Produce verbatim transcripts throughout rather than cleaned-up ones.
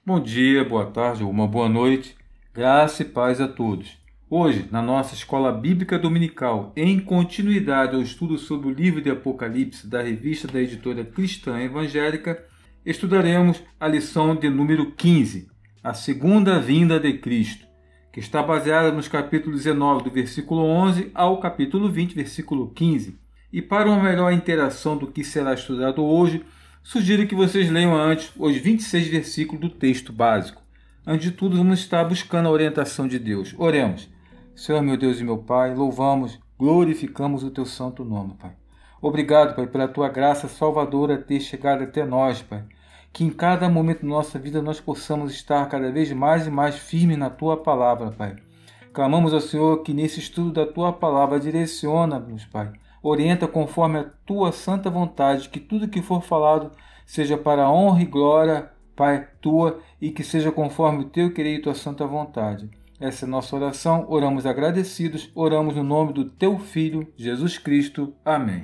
Bom dia, boa tarde ou uma boa noite, graça e paz a todos. Hoje, na nossa Escola Bíblica Dominical, em continuidade ao estudo sobre o livro de Apocalipse da revista da editora Cristã Evangélica, estudaremos a lição de número quinze, a segunda vinda de Cristo, que está baseada nos capítulos dezenove, do versículo onze ao capítulo vinte, versículo quinze. E para uma melhor interação do que será estudado hoje, sugiro que vocês leiam antes os vinte e seis versículos do texto básico. Antes de tudo, vamos estar buscando a orientação de Deus. Oremos. Senhor, meu Deus e meu Pai, louvamos, glorificamos o Teu santo nome, Pai. Obrigado, Pai, pela Tua graça salvadora ter chegado até nós, Pai. Que em cada momento da nossa vida nós possamos estar cada vez mais e mais firmes na Tua palavra, Pai. Clamamos ao Senhor que nesse estudo da Tua palavra direciona-nos, Pai. Orienta conforme a Tua santa vontade, que tudo que for falado seja para a honra e glória, Pai, Tua, e que seja conforme o Teu querer e Tua santa vontade. Essa é a nossa oração, oramos agradecidos, oramos no nome do Teu Filho, Jesus Cristo. Amém.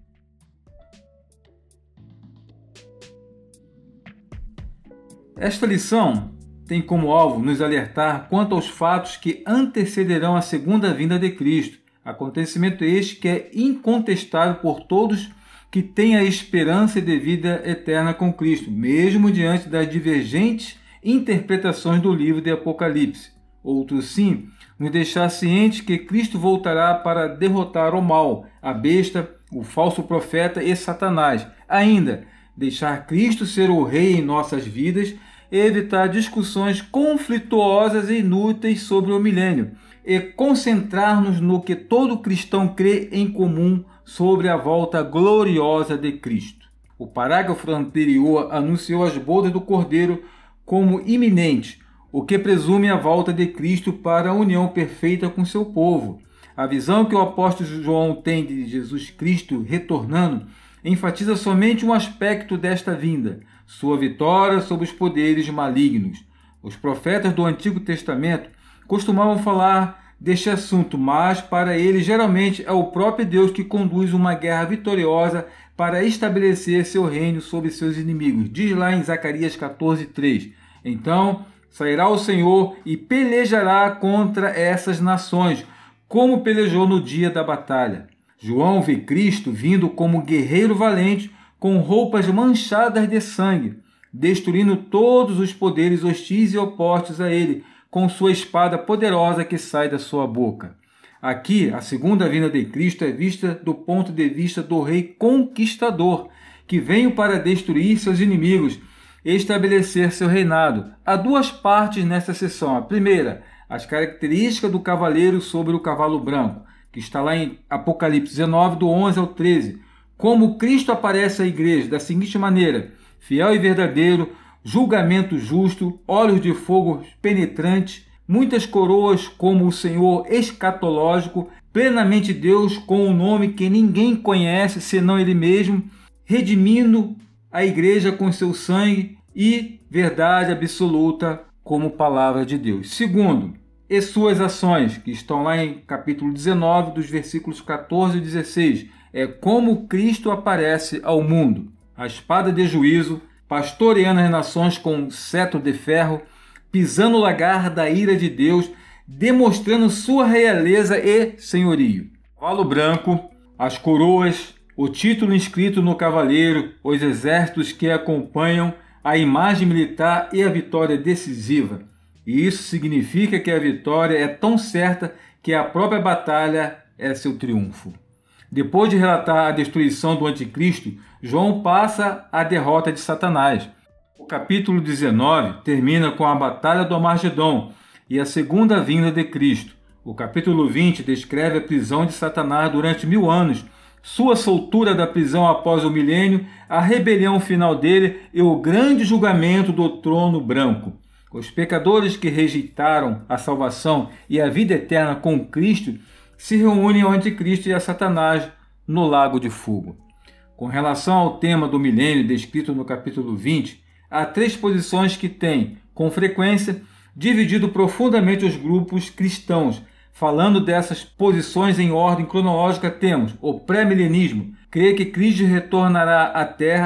Esta lição tem como alvo nos alertar quanto aos fatos que antecederão a segunda vinda de Cristo. Acontecimento este que é incontestável por todos que têm a esperança de vida eterna com Cristo, mesmo diante das divergentes interpretações do livro de Apocalipse. Outro sim, nos deixar cientes que Cristo voltará para derrotar o mal, a besta, o falso profeta e Satanás. Ainda, deixar Cristo ser o Rei em nossas vidas e evitar discussões conflituosas e inúteis sobre o milênio, e concentrar-nos no que todo cristão crê em comum sobre a volta gloriosa de Cristo. O parágrafo anterior anunciou as bodas do Cordeiro como iminentes, o que presume a volta de Cristo para a união perfeita com seu povo. A visão que o apóstolo João tem de Jesus Cristo retornando enfatiza somente um aspecto desta vinda, sua vitória sobre os poderes malignos. Os profetas do Antigo Testamento costumavam falar deste assunto, mas para eles geralmente é o próprio Deus que conduz uma guerra vitoriosa para estabelecer seu reino sobre seus inimigos. Diz lá em Zacarias quatorze, três. Então sairá o Senhor e pelejará contra essas nações, como pelejou no dia da batalha. João vê Cristo vindo como guerreiro valente, com roupas manchadas de sangue, destruindo todos os poderes hostis e opostos a ele, com sua espada poderosa que sai da sua boca. Aqui, a segunda vinda de Cristo é vista do ponto de vista do rei conquistador, que veio para destruir seus inimigos e estabelecer seu reinado. Há duas partes nessa seção. A primeira, as características do cavaleiro sobre o cavalo branco, que está lá em Apocalipse dezenove, do onze ao treze. Como Cristo aparece à igreja da seguinte maneira: fiel e verdadeiro, julgamento justo, olhos de fogo penetrantes, muitas coroas como o Senhor escatológico, plenamente Deus com um nome que ninguém conhece senão Ele mesmo, redimindo a igreja com seu sangue e verdade absoluta como palavra de Deus. Segundo, e suas ações, que estão lá em capítulo dezenove, dos versículos catorze e dezesseis, é como Cristo aparece ao mundo. A espada de juízo, pastoreando as nações com cetro de ferro, pisando o lagar da ira de Deus, demonstrando sua realeza e senhorio. Cavalo branco, as coroas, o título inscrito no cavaleiro, os exércitos que acompanham, a imagem militar e a vitória decisiva. E isso significa que a vitória é tão certa que a própria batalha é seu triunfo. Depois de relatar a destruição do anticristo, João passa à derrota de Satanás. O capítulo dezenove termina com a batalha do Armagedon e a segunda vinda de Cristo. O capítulo vinte descreve a prisão de Satanás durante mil anos, sua soltura da prisão após o milênio, a rebelião final dele e o grande julgamento do trono branco. Os pecadores que rejeitaram a salvação e a vida eterna com Cristo se reúnem ao anticristo e a Satanás no lago de fogo. Com relação ao tema do milênio descrito no capítulo vinte, há três posições que têm, com frequência, dividido profundamente os grupos cristãos. Falando dessas posições em ordem cronológica, temos o pré-milenismo, crê que Cristo retornará à Terra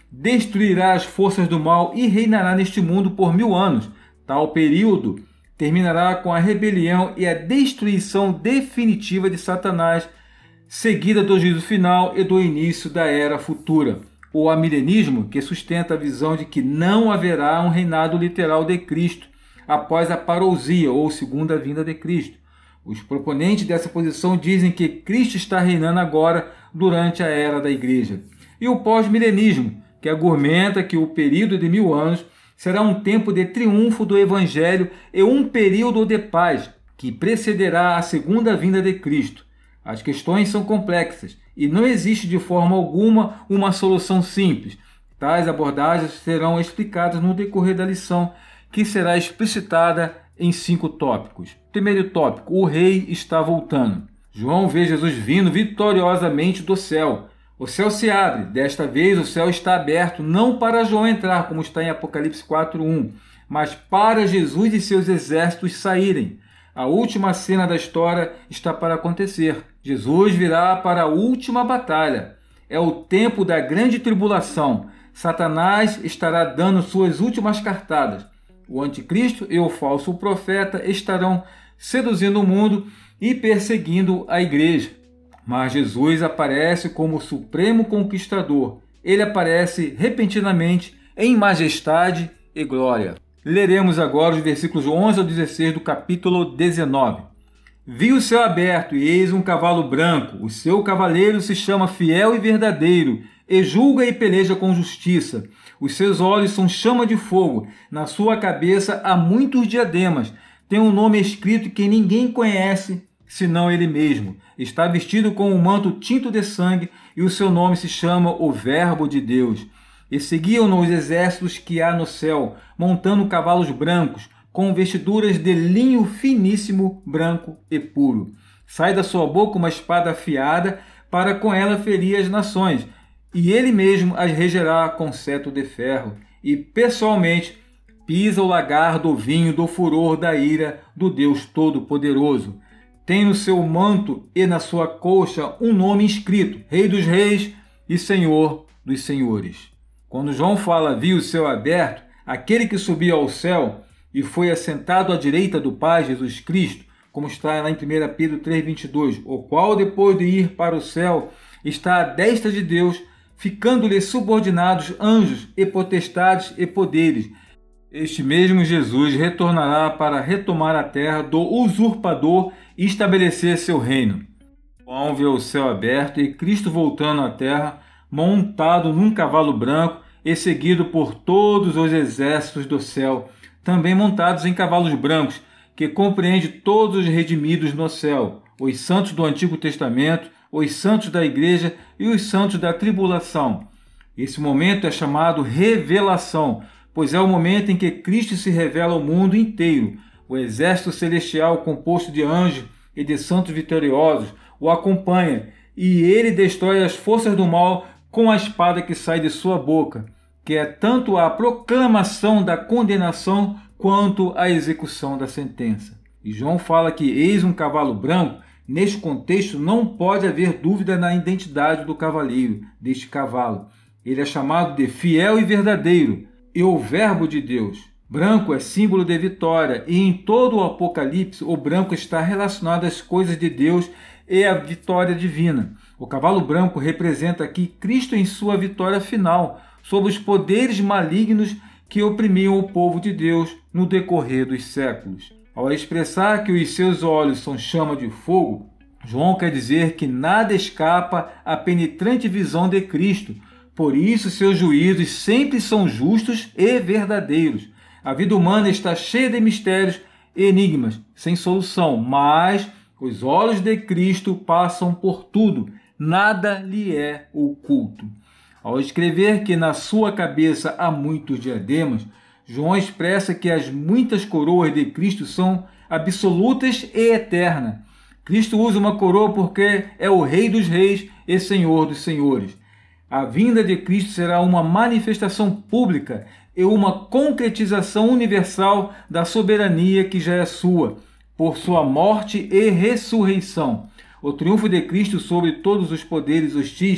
destruirá as forças do mal e reinará neste mundo por mil anos. Tal período terminará com a rebelião e a destruição definitiva de Satanás, seguida do juízo final e do início da era futura. O amilenismo, que sustenta a visão de que não haverá um reinado literal de Cristo após a parousia ou segunda vinda de Cristo. Os proponentes dessa posição dizem que Cristo está reinando agora durante a era da Igreja. E o pós-milenismo, que argumenta que o período de mil anos será um tempo de triunfo do Evangelho e um período de paz que precederá a segunda vinda de Cristo. As questões são complexas e não existe de forma alguma uma solução simples. Tais abordagens serão explicadas no decorrer da lição, que será explicitada em cinco tópicos. Primeiro tópico: o rei está voltando. João vê Jesus vindo vitoriosamente do céu. O céu se abre. Desta vez o céu está aberto, não para João entrar, como está em Apocalipse quatro, um, mas para Jesus e seus exércitos saírem. A última cena da história está para acontecer. Jesus virá para a última batalha. É o tempo da grande tribulação. Satanás estará dando suas últimas cartadas. O anticristo e o falso profeta estarão seduzindo o mundo e perseguindo a igreja. Mas Jesus aparece como o supremo conquistador. Ele aparece repentinamente em majestade e glória. Leremos agora os versículos onze ao dezesseis do capítulo dezenove. Vi o céu aberto e eis um cavalo branco. O seu cavaleiro se chama Fiel e Verdadeiro, e julga e peleja com justiça. Os seus olhos são chama de fogo. Na sua cabeça há muitos diademas. Tem um nome escrito que ninguém conhece, senão ele mesmo. Está vestido com um manto tinto de sangue, e o seu nome se chama o Verbo de Deus. E seguiam-no os exércitos que há no céu, montando cavalos brancos, com vestiduras de linho finíssimo, branco e puro. Sai da sua boca uma espada afiada, para com ela ferir as nações, e ele mesmo as regerá com cetro de ferro, e pessoalmente pisa o lagar do vinho do furor da ira do Deus Todo-Poderoso. Tem no seu manto e na sua coxa um nome escrito: Rei dos Reis e Senhor dos Senhores. Quando João fala vi o céu aberto, aquele que subiu ao céu e foi assentado à direita do Pai, Jesus Cristo, como está lá em primeira Pedro três, vinte e dois, o qual, depois de ir para o céu, está à destra de Deus, ficando-lhe subordinados anjos e potestades e poderes. Este mesmo Jesus retornará para retomar a terra do usurpador e estabelecer seu reino. João vê o céu aberto e Cristo voltando à terra, montado num cavalo branco e seguido por todos os exércitos do céu, também montados em cavalos brancos, que compreende todos os redimidos no céu, os santos do Antigo Testamento, os santos da Igreja e os santos da tribulação. Esse momento é chamado revelação, pois é o momento em que Cristo se revela ao mundo inteiro. O exército celestial, composto de anjos e de santos vitoriosos, o acompanha, e ele destrói as forças do mal com a espada que sai de sua boca, que é tanto a proclamação da condenação quanto a execução da sentença. E João fala que eis um cavalo branco. Neste contexto, não pode haver dúvida na identidade do cavaleiro, deste cavalo. Ele é chamado de fiel e verdadeiro, e o Verbo de Deus. Branco é símbolo de vitória, e em todo o Apocalipse, o branco está relacionado às coisas de Deus e à vitória divina. O cavalo branco representa aqui Cristo em sua vitória final sobre os poderes malignos que oprimiam o povo de Deus no decorrer dos séculos. Ao expressar que os seus olhos são chama de fogo, João quer dizer que nada escapa à penetrante visão de Cristo. Por isso, seus juízos sempre são justos e verdadeiros. A vida humana está cheia de mistérios e enigmas, sem solução, mas os olhos de Cristo passam por tudo, nada lhe é oculto. Ao escrever que na sua cabeça há muitos diademas, João expressa que as muitas coroas de Cristo são absolutas e eternas. Cristo usa uma coroa porque é o Rei dos Reis e Senhor dos Senhores. A vinda de Cristo será uma manifestação pública e uma concretização universal da soberania que já é sua, por sua morte e ressurreição. O triunfo de Cristo sobre todos os poderes hostis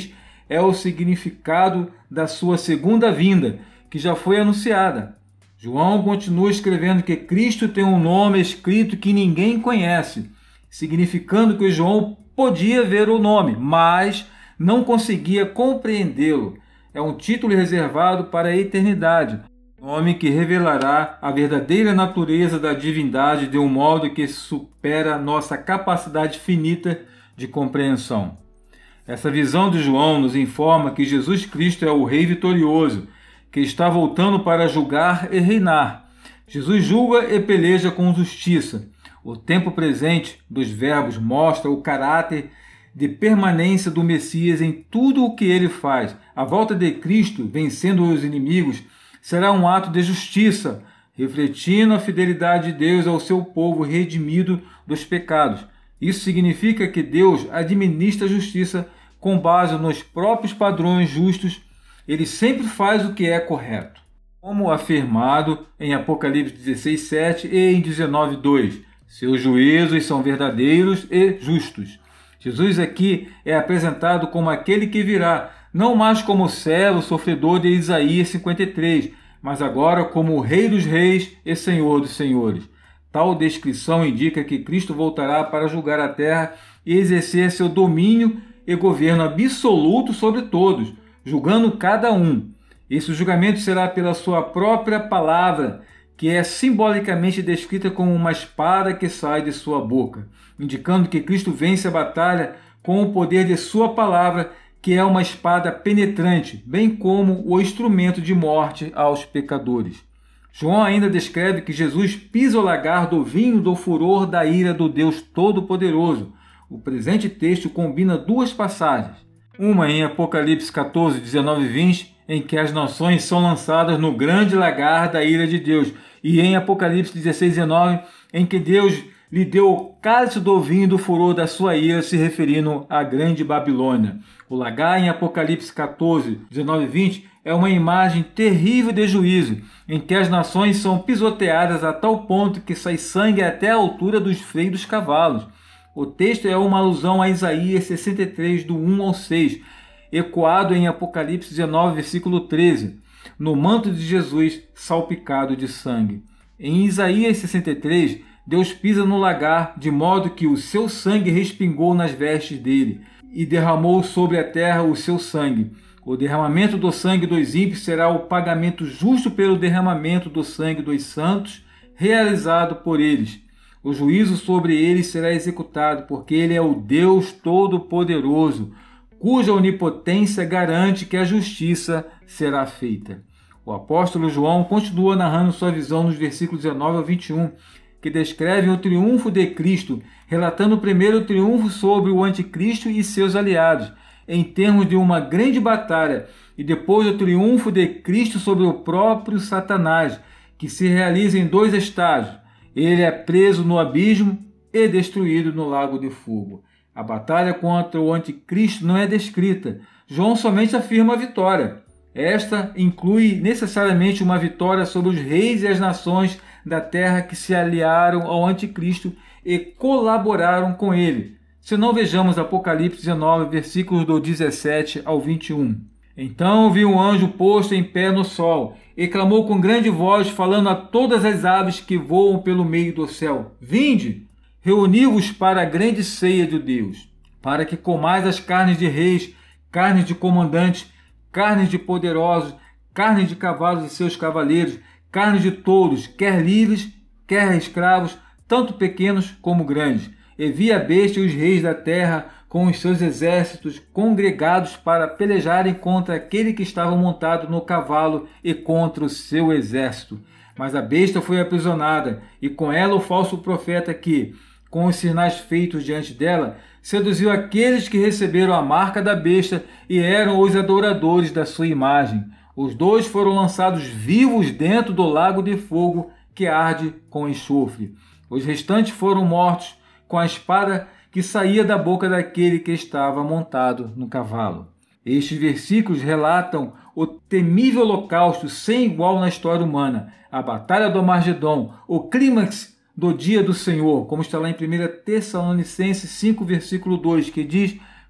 é o significado da sua segunda vinda, que já foi anunciada. João continua escrevendo que Cristo tem um nome escrito que ninguém conhece, significando que João podia ver o nome, mas não conseguia compreendê-lo. É um título reservado para a eternidade, nome que revelará a verdadeira natureza da divindade de um modo que supera nossa capacidade finita de compreensão. Essa visão de João nos informa que Jesus Cristo é o Rei vitorioso, que está voltando para julgar e reinar. Jesus julga e peleja com justiça. O tempo presente dos verbos mostra o caráter de permanência do Messias em tudo o que ele faz. A volta de Cristo, vencendo os inimigos, será um ato de justiça, refletindo a fidelidade de Deus ao seu povo redimido dos pecados. Isso significa que Deus administra a justiça com base nos próprios padrões justos. Ele sempre faz o que é correto, como afirmado em Apocalipse dezesseis, sete e em dezenove, dois. Seus juízos são verdadeiros e justos. Jesus aqui é apresentado como aquele que virá, não mais como servo sofredor de Isaías cinquenta e três, mas agora como o Rei dos Reis e Senhor dos Senhores. Tal descrição indica que Cristo voltará para julgar a terra e exercer seu domínio e governo absoluto sobre todos, julgando cada um. Esse julgamento será pela sua própria palavra, que é simbolicamente descrita como uma espada que sai de sua boca, indicando que Cristo vence a batalha com o poder de sua palavra, que é uma espada penetrante, bem como o instrumento de morte aos pecadores. João ainda descreve que Jesus pisa o lagar do vinho do furor da ira do Deus Todo-Poderoso. O presente texto combina duas passagens, uma em Apocalipse catorze, dezenove e vinte, em que as nações são lançadas no grande lagar da ira de Deus, e em Apocalipse dezesseis, dezenove, em que Deus lhe deu o cálice do vinho do furor da sua ira, se referindo à grande Babilônia. O lagar em Apocalipse catorze, dezenove e vinte é uma imagem terrível de juízo, em que as nações são pisoteadas a tal ponto que sai sangue até a altura dos freios dos cavalos. O texto é uma alusão a Isaías sessenta e três, do um ao seis, ecoado em Apocalipse dezenove, versículo treze, no manto de Jesus salpicado de sangue. Em Isaías sessenta e três, Deus pisa no lagar, de modo que o seu sangue respingou nas vestes dele, e derramou sobre a terra o seu sangue. O derramamento do sangue dos ímpios será o pagamento justo pelo derramamento do sangue dos santos, realizado por eles. O juízo sobre eles será executado, porque ele é o Deus Todo-Poderoso, cuja onipotência garante que a justiça será feita. O apóstolo João continua narrando sua visão nos versículos dezenove ao vinte e um, que descrevem o triunfo de Cristo, relatando primeiro o triunfo sobre o anticristo e seus aliados, em termos de uma grande batalha, e depois o triunfo de Cristo sobre o próprio Satanás, que se realiza em dois estágios. Ele é preso no abismo e destruído no lago de fogo. A batalha contra o anticristo não é descrita. João somente afirma a vitória. Esta inclui necessariamente uma vitória sobre os reis e as nações da terra que se aliaram ao anticristo e colaboraram com ele. Se não, vejamos Apocalipse dezenove, versículos do dezessete ao vinte e um. Então vi um anjo posto em pé no sol, e clamou com grande voz, falando a todas as aves que voam pelo meio do céu: Vinde, reuni-vos para a grande ceia de Deus, para que comais as carnes de reis, carnes de comandantes, carnes de poderosos, carnes de cavalos e seus cavaleiros, carnes de touros, quer livres, quer escravos, tanto pequenos como grandes. E vi a besta e os reis da terra com os seus exércitos congregados para pelejarem contra aquele que estava montado no cavalo e contra o seu exército. Mas a besta foi aprisionada, e com ela o falso profeta que, com os sinais feitos diante dela, seduziu aqueles que receberam a marca da besta e eram os adoradores da sua imagem. Os dois foram lançados vivos dentro do lago de fogo que arde com enxofre. Os restantes foram mortos com a espada que saía da boca daquele que estava montado no cavalo. Estes versículos relatam o temível holocausto sem igual na história humana, a batalha do Armagedon, o clímax do dia do Senhor, como está lá em primeira Tessalonicenses cinco, versículo dois, que diz: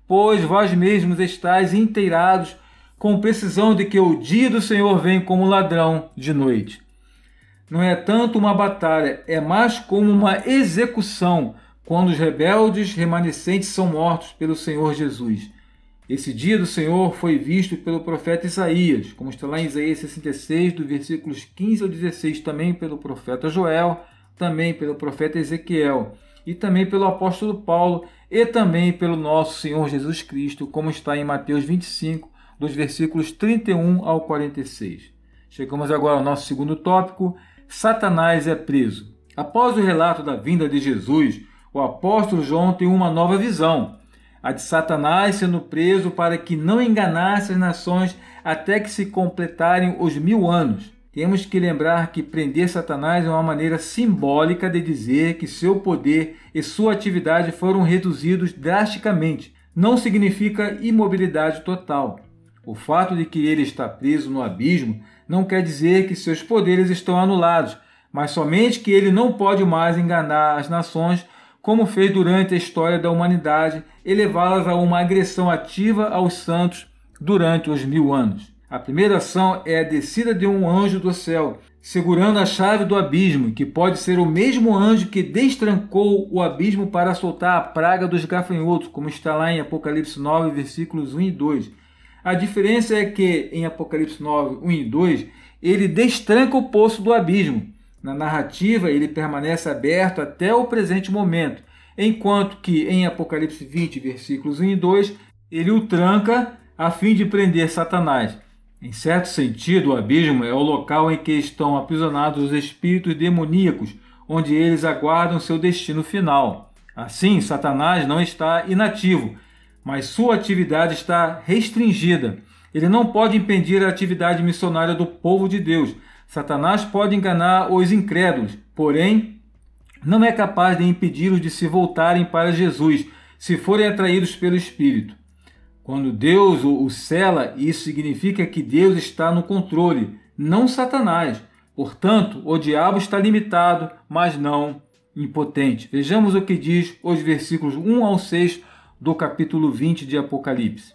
pois vós mesmos estáis inteirados com precisão de que o dia do Senhor vem como ladrão de noite. Não é tanto uma batalha, é mais como uma execução, quando os rebeldes remanescentes são mortos pelo Senhor Jesus. Esse dia do Senhor foi visto pelo profeta Isaías, como está lá em Isaías sessenta e seis, dos versículos quinze ao dezesseis, também pelo profeta Joel, também pelo profeta Ezequiel, e também pelo apóstolo Paulo, e também pelo nosso Senhor Jesus Cristo, como está em Mateus vinte e cinco, dos versículos trinta e um ao quarenta e seis. Chegamos agora ao nosso segundo tópico: Satanás é preso. Após o relato da vinda de Jesus, o apóstolo João tem uma nova visão, a de Satanás sendo preso para que não enganasse as nações até que se completarem os mil anos. Temos que lembrar que prender Satanás é uma maneira simbólica de dizer que seu poder e sua atividade foram reduzidos drasticamente. Não significa imobilidade total. O fato de que ele está preso no abismo não quer dizer que seus poderes estão anulados, mas somente que ele não pode mais enganar as nações como fez durante a história da humanidade e levá-las a uma agressão ativa aos santos durante os mil anos. A primeira ação é a descida de um anjo do céu, segurando a chave do abismo, que pode ser o mesmo anjo que destrancou o abismo para soltar a praga dos gafanhotos, como está lá em Apocalipse nove, versículos um e dois. A diferença é que em Apocalipse nove, um e dois, ele destranca o poço do abismo. Na narrativa, ele permanece aberto até o presente momento, enquanto que em Apocalipse vinte, versículos um e dois, ele o tranca a fim de prender Satanás. Em certo sentido, o abismo é o local em que estão aprisionados os espíritos demoníacos, onde eles aguardam seu destino final. Assim, Satanás não está inativo, mas sua atividade está restringida. Ele não pode impedir a atividade missionária do povo de Deus. Satanás pode enganar os incrédulos, porém, não é capaz de impedi-los de se voltarem para Jesus, se forem atraídos pelo Espírito. Quando Deus o sela, isso significa que Deus está no controle, não Satanás. Portanto, o diabo está limitado, mas não impotente. Vejamos o que diz os versículos um ao seis do capítulo vinte de Apocalipse.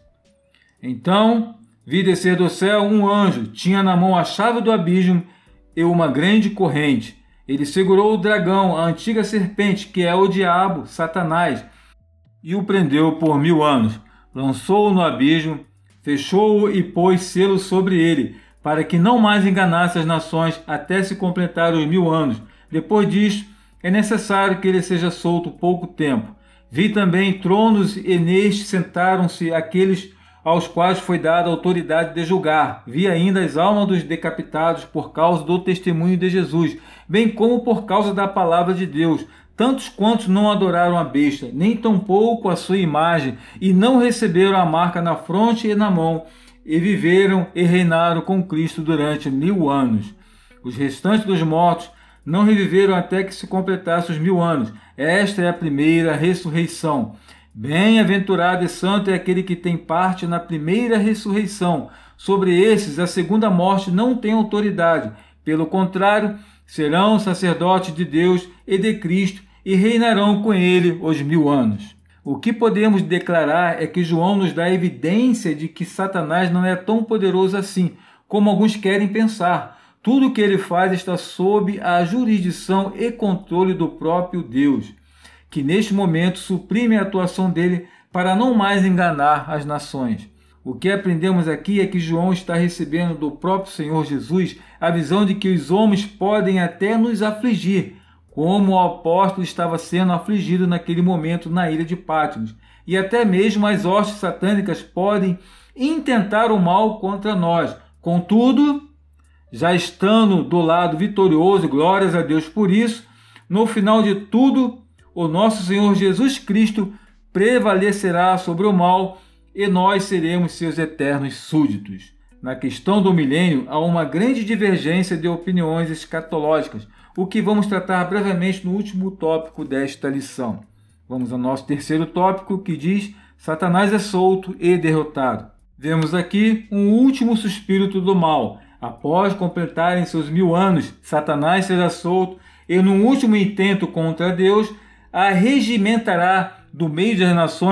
Então, vi descer do céu um anjo, tinha na mão a chave do abismo e uma grande corrente. Ele segurou o dragão, a antiga serpente, que é o diabo, Satanás, e o prendeu por mil anos. Lançou-o no abismo, fechou-o e pôs selo sobre ele, para que não mais enganasse as nações até se completar os mil anos. Depois disso, é necessário que ele seja solto pouco tempo. Vi também tronos e nestes sentaram-se aqueles aos quais foi dada a autoridade de julgar. Vi ainda as almas dos decapitados por causa do testemunho de Jesus, bem como por causa da palavra de Deus, tantos quantos não adoraram a besta, nem tampouco a sua imagem, e não receberam a marca na fronte e na mão, e viveram e reinaram com Cristo durante mil anos. Os restantes dos mortos não reviveram até que se completassem os mil anos. Esta é a primeira ressurreição. Bem-aventurado e santo é aquele que tem parte na primeira ressurreição. Sobre esses, a segunda morte não tem autoridade. Pelo contrário, serão sacerdotes de Deus e de Cristo e reinarão com ele os mil anos. O que podemos declarar é que João nos dá evidência de que Satanás não é tão poderoso assim, como alguns querem pensar. Tudo o que ele faz está sob a jurisdição e controle do próprio Deus, que neste momento suprime a atuação dele para não mais enganar as nações. O que aprendemos aqui é que João está recebendo do próprio Senhor Jesus a visão de que os homens podem até nos afligir, como o apóstolo estava sendo afligido naquele momento na ilha de Patmos, e até mesmo as hostes satânicas podem intentar o mal contra nós. Contudo, já estando do lado vitorioso, glórias a Deus por isso, no final de tudo, o nosso Senhor Jesus Cristo prevalecerá sobre o mal e nós seremos seus eternos súditos. Na questão do milênio, há uma grande divergência de opiniões escatológicas, o que vamos tratar brevemente no último tópico desta lição. Vamos ao nosso terceiro tópico, que diz: Satanás é solto e derrotado. Vemos aqui um último suspiro do mal. Após completarem seus mil anos, Satanás será solto e, num último intento contra Deus, arregimentará do meio das nações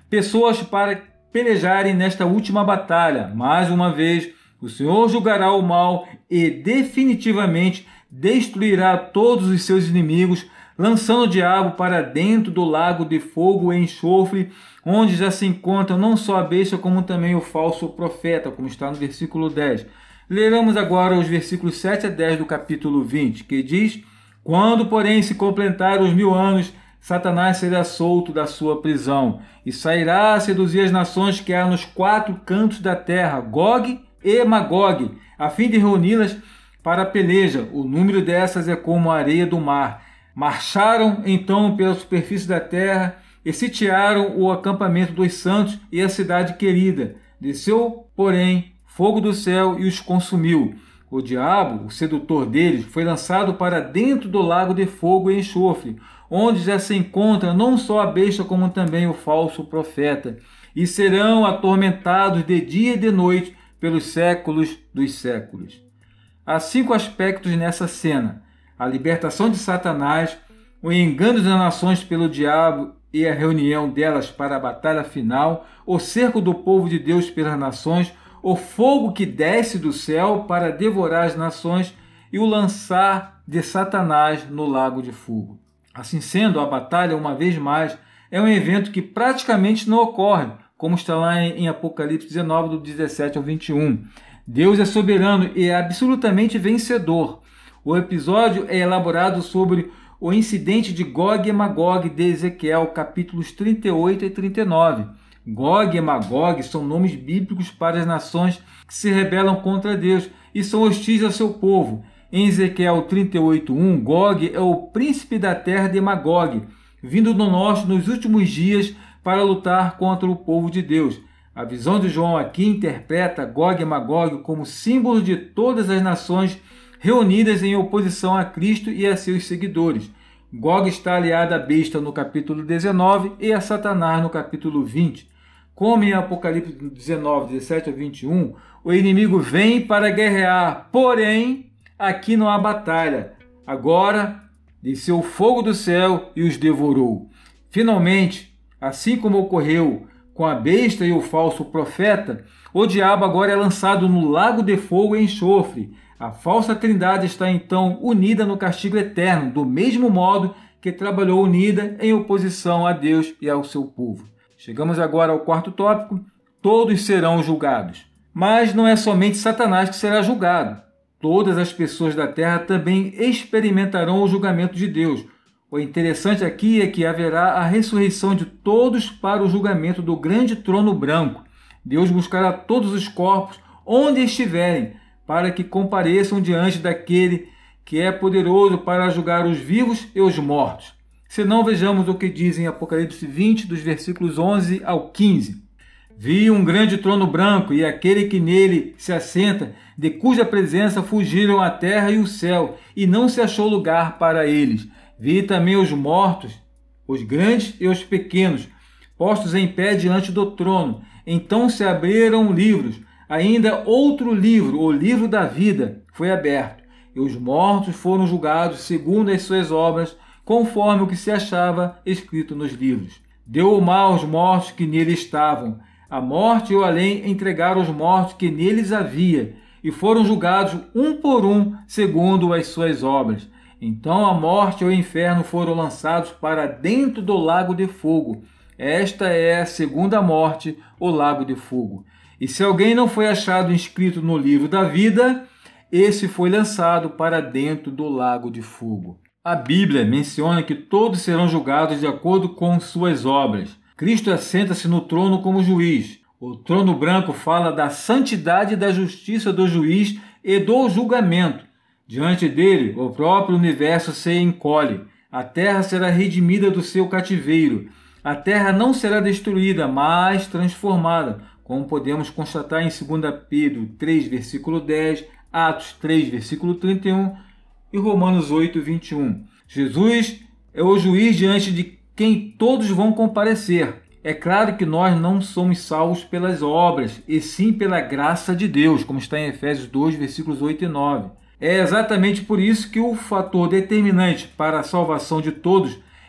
pessoas para pelejarem nesta última batalha. Mais uma vez, o Senhor julgará o mal e definitivamente destruirá todos os seus inimigos, lançando o diabo para dentro do lago de fogo e enxofre, onde já se encontra não só a besta, como também o falso profeta, como está no versículo dez. Leremos agora os versículos sete a dez do capítulo vinte, que diz: Quando, porém, se completarem os mil anos, Satanás será solto da sua prisão e sairá a seduzir as nações que há nos quatro cantos da terra, Gog e Magog, a fim de reuni-las para a peleja. O número dessas é como a areia do mar. Marcharam então pela superfície da terra e sitiaram o acampamento dos santos e a cidade querida. Desceu, porém, fogo do céu e os consumiu. O diabo, o sedutor deles, foi lançado para dentro do lago de fogo e enxofre, onde já se encontra não só a besta, como também o falso profeta, e serão atormentados de dia e de noite pelos séculos dos séculos. Há cinco aspectos nessa cena: a libertação de Satanás, o engano das nações pelo diabo e a reunião delas para a batalha final, o cerco do povo de Deus pelas nações, o fogo que desce do céu para devorar as nações e o lançar de Satanás no lago de fogo. Assim sendo, a batalha, uma vez mais, é um evento que praticamente não ocorre, como está lá em Apocalipse dezenove, do dezessete ao vinte e um. Deus é soberano e é absolutamente vencedor. O episódio é elaborado sobre o incidente de Gog e Magog de Ezequiel, capítulos trinta e oito e trinta e nove. Gog e Magog são nomes bíblicos para as nações que se rebelam contra Deus e são hostis ao seu povo. Em Ezequiel trinta e oito, um, Gog é o príncipe da terra de Magog, vindo do norte nos últimos dias para lutar contra o povo de Deus. A visão de João aqui interpreta Gog e Magog como símbolo de todas as nações reunidas em oposição a Cristo e a seus seguidores. Gog está aliado à besta no capítulo dezenove e a Satanás no capítulo vinte. Como em Apocalipse dezenove, dezessete a vinte e um, o inimigo vem para guerrear, porém, aqui não há batalha. Agora desceu o fogo do céu e os devorou. Finalmente, assim como ocorreu com a besta e o falso profeta, o diabo agora é lançado no lago de fogo e enxofre. A falsa trindade está então unida no castigo eterno, do mesmo modo que trabalhou unida em oposição a Deus e ao seu povo. Chegamos agora ao quarto tópico: todos serão julgados. Mas não é somente Satanás que será julgado. Todas as pessoas da terra também experimentarão o julgamento de Deus. O interessante aqui é que haverá a ressurreição de todos para o julgamento do grande trono branco. Deus buscará todos os corpos onde estiverem, para que compareçam diante daquele que é poderoso para julgar os vivos e os mortos. Se não, vejamos o que diz em Apocalipse vinte, dos versículos onze ao quinze. Vi um grande trono branco e aquele que nele se assenta, de cuja presença fugiram a terra e o céu, e não se achou lugar para eles. Vi também os mortos, os grandes e os pequenos, postos em pé diante do trono. Então se abriram livros. Ainda outro livro, o livro da vida, foi aberto, e os mortos foram julgados segundo as suas obras, conforme o que se achava escrito nos livros. Deu o mal aos mortos que nele estavam. A morte e o além entregaram os mortos que neles havia, e foram julgados um por um, segundo as suas obras. Então a morte e o inferno foram lançados para dentro do lago de fogo. Esta é a segunda morte, o lago de fogo. E se alguém não foi achado inscrito no livro da vida, esse foi lançado para dentro do lago de fogo. A Bíblia menciona que todos serão julgados de acordo com suas obras. Cristo assenta-se no trono como juiz. O trono branco fala da santidade e da justiça do juiz e do julgamento. Diante dele, o próprio universo se encolhe. A terra será redimida do seu cativeiro. A terra não será destruída, mas transformada, como podemos constatar em dois Pedro três, versículo dez, Atos três, versículo trinta e um e Romanos oito, vinte e um. Jesus é o juiz diante de quem todos vão comparecer. É claro que nós não somos salvos pelas obras, e sim pela graça de Deus, como está em Efésios dois, versículos oito e nove. É exatamente por isso que o fator determinante para a salvação de todos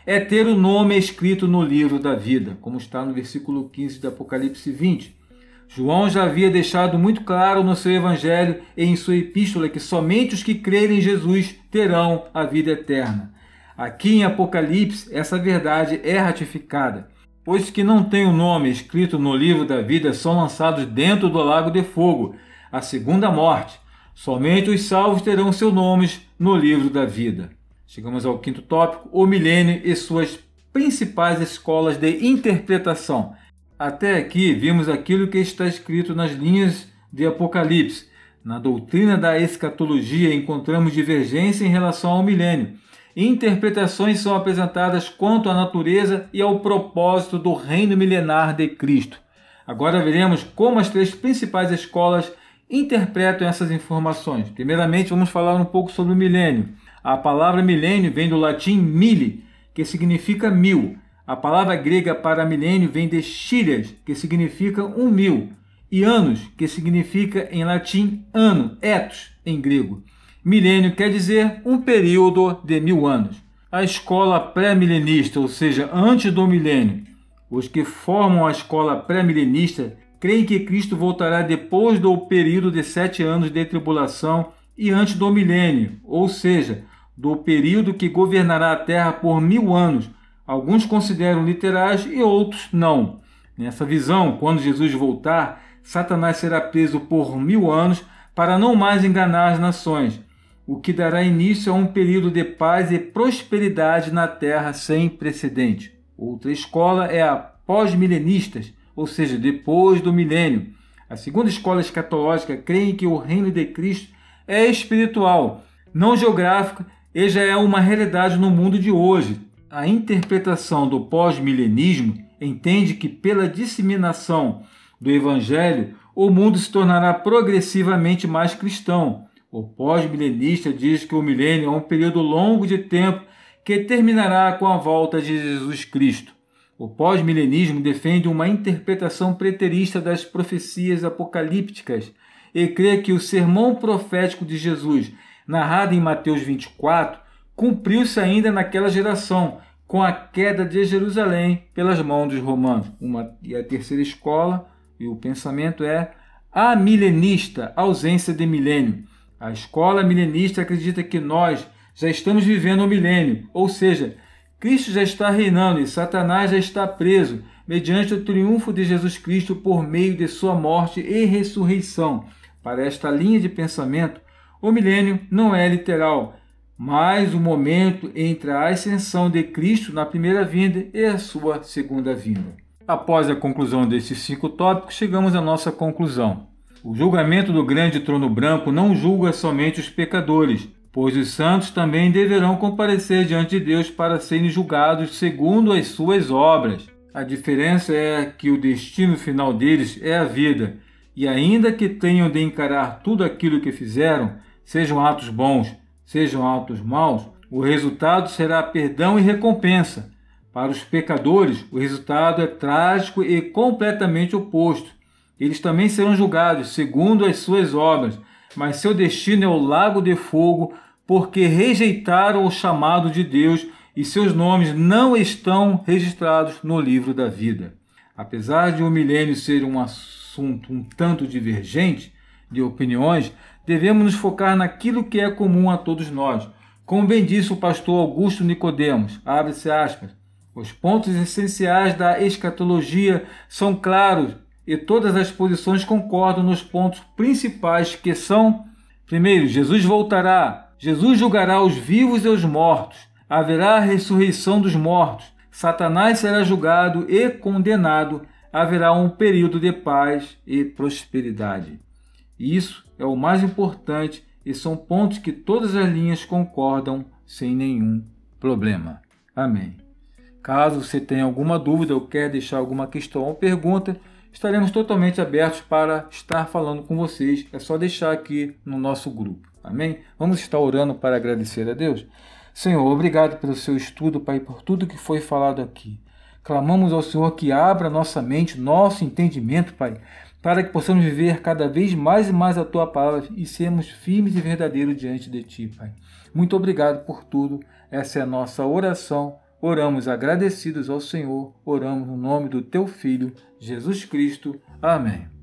é ter o nome escrito no livro da vida, como está no versículo quinze de Apocalipse vinte. João já havia deixado muito claro no seu evangelho e em sua epístola que somente os que crerem em Jesus terão a vida eterna. Aqui em Apocalipse, essa verdade é ratificada, pois que não têm o nome escrito no livro da vida são lançados dentro do lago de fogo, a segunda morte. Somente os salvos terão seus nomes no livro da vida. Chegamos ao quinto tópico, o milênio e suas principais escolas de interpretação. Até aqui vimos aquilo que está escrito nas linhas de Apocalipse. Na doutrina da escatologia encontramos divergência em relação ao milênio. Interpretações são apresentadas quanto à natureza e ao propósito do reino milenar de Cristo. Agora veremos como as três principais escolas interpretam essas informações. Primeiramente, vamos falar um pouco sobre o milênio. A palavra milênio vem do latim mille, que significa mil. A palavra grega para milênio vem de chilias, que significa um mil, e anos, que significa em latim ano, etos, em grego. Milênio quer dizer um período de mil anos. A escola pré-milenista, ou seja, antes do milênio. Os que formam a escola pré-milenista creem que Cristo voltará depois do período de sete anos de tribulação e antes do milênio, ou seja, do período que governará a terra por mil anos. Alguns consideram literais e outros não. Nessa visão, quando Jesus voltar, Satanás será preso por mil anos para não mais enganar as nações, o que dará início a um período de paz e prosperidade na terra sem precedente. Outra escola é a pós-milenistas, ou seja, depois do milênio. A segunda escola escatológica crê que o reino de Cristo é espiritual, não geográfico, e já é uma realidade no mundo de hoje. A interpretação do pós-milenismo entende que pela disseminação do evangelho, o mundo se tornará progressivamente mais cristão. O pós-milenista diz que o milênio é um período longo de tempo que terminará com a volta de Jesus Cristo. O pós-milenismo defende uma interpretação preterista das profecias apocalípticas e crê que o sermão profético de Jesus, narrado em Mateus vinte e quatro, cumpriu-se ainda naquela geração, com a queda de Jerusalém pelas mãos dos romanos. Uma, e a terceira escola, e o pensamento é amilenista, ausência de milênio. A escola milenista acredita que nós já estamos vivendo o milênio, ou seja, Cristo já está reinando e Satanás já está preso, mediante o triunfo de Jesus Cristo por meio de sua morte e ressurreição. Para esta linha de pensamento, o milênio não é literal, mas o momento entre a ascensão de Cristo na primeira vinda e a sua segunda vinda. Após a conclusão desses cinco tópicos, chegamos à nossa conclusão. O julgamento do grande trono branco não julga somente os pecadores, pois os santos também deverão comparecer diante de Deus para serem julgados segundo as suas obras. A diferença é que o destino final deles é a vida, e ainda que tenham de encarar tudo aquilo que fizeram, sejam atos bons, sejam atos maus, o resultado será perdão e recompensa. Para os pecadores, o resultado é trágico e completamente oposto. Eles também serão julgados segundo as suas obras, mas seu destino é o lago de fogo, porque rejeitaram o chamado de Deus e seus nomes não estão registrados no livro da vida. Apesar de o milênio ser um assunto um tanto divergente de opiniões, devemos nos focar naquilo que é comum a todos nós. Como bem disse o pastor Augusto Nicodemos, abre-se aspas, os pontos essenciais da escatologia são claros e todas as posições concordam nos pontos principais que são: primeiro, Jesus voltará, Jesus julgará os vivos e os mortos, haverá a ressurreição dos mortos, Satanás será julgado e condenado, haverá um período de paz e prosperidade. Isso é o mais importante e são pontos que todas as linhas concordam sem nenhum problema. Amém. Caso você tenha alguma dúvida ou quer deixar alguma questão ou pergunta, estaremos totalmente abertos para estar falando com vocês. É só deixar aqui no nosso grupo. Amém? Vamos estar orando para agradecer a Deus. Senhor, obrigado pelo seu estudo, Pai, por tudo que foi falado aqui. Clamamos ao Senhor que abra nossa mente, nosso entendimento, Pai, para que possamos viver cada vez mais e mais a Tua palavra e sermos firmes e verdadeiros diante de Ti, Pai. Muito obrigado por tudo. Essa é a nossa oração, Oramos agradecidos ao Senhor, oramos no nome do Teu Filho, Jesus Cristo. Amém.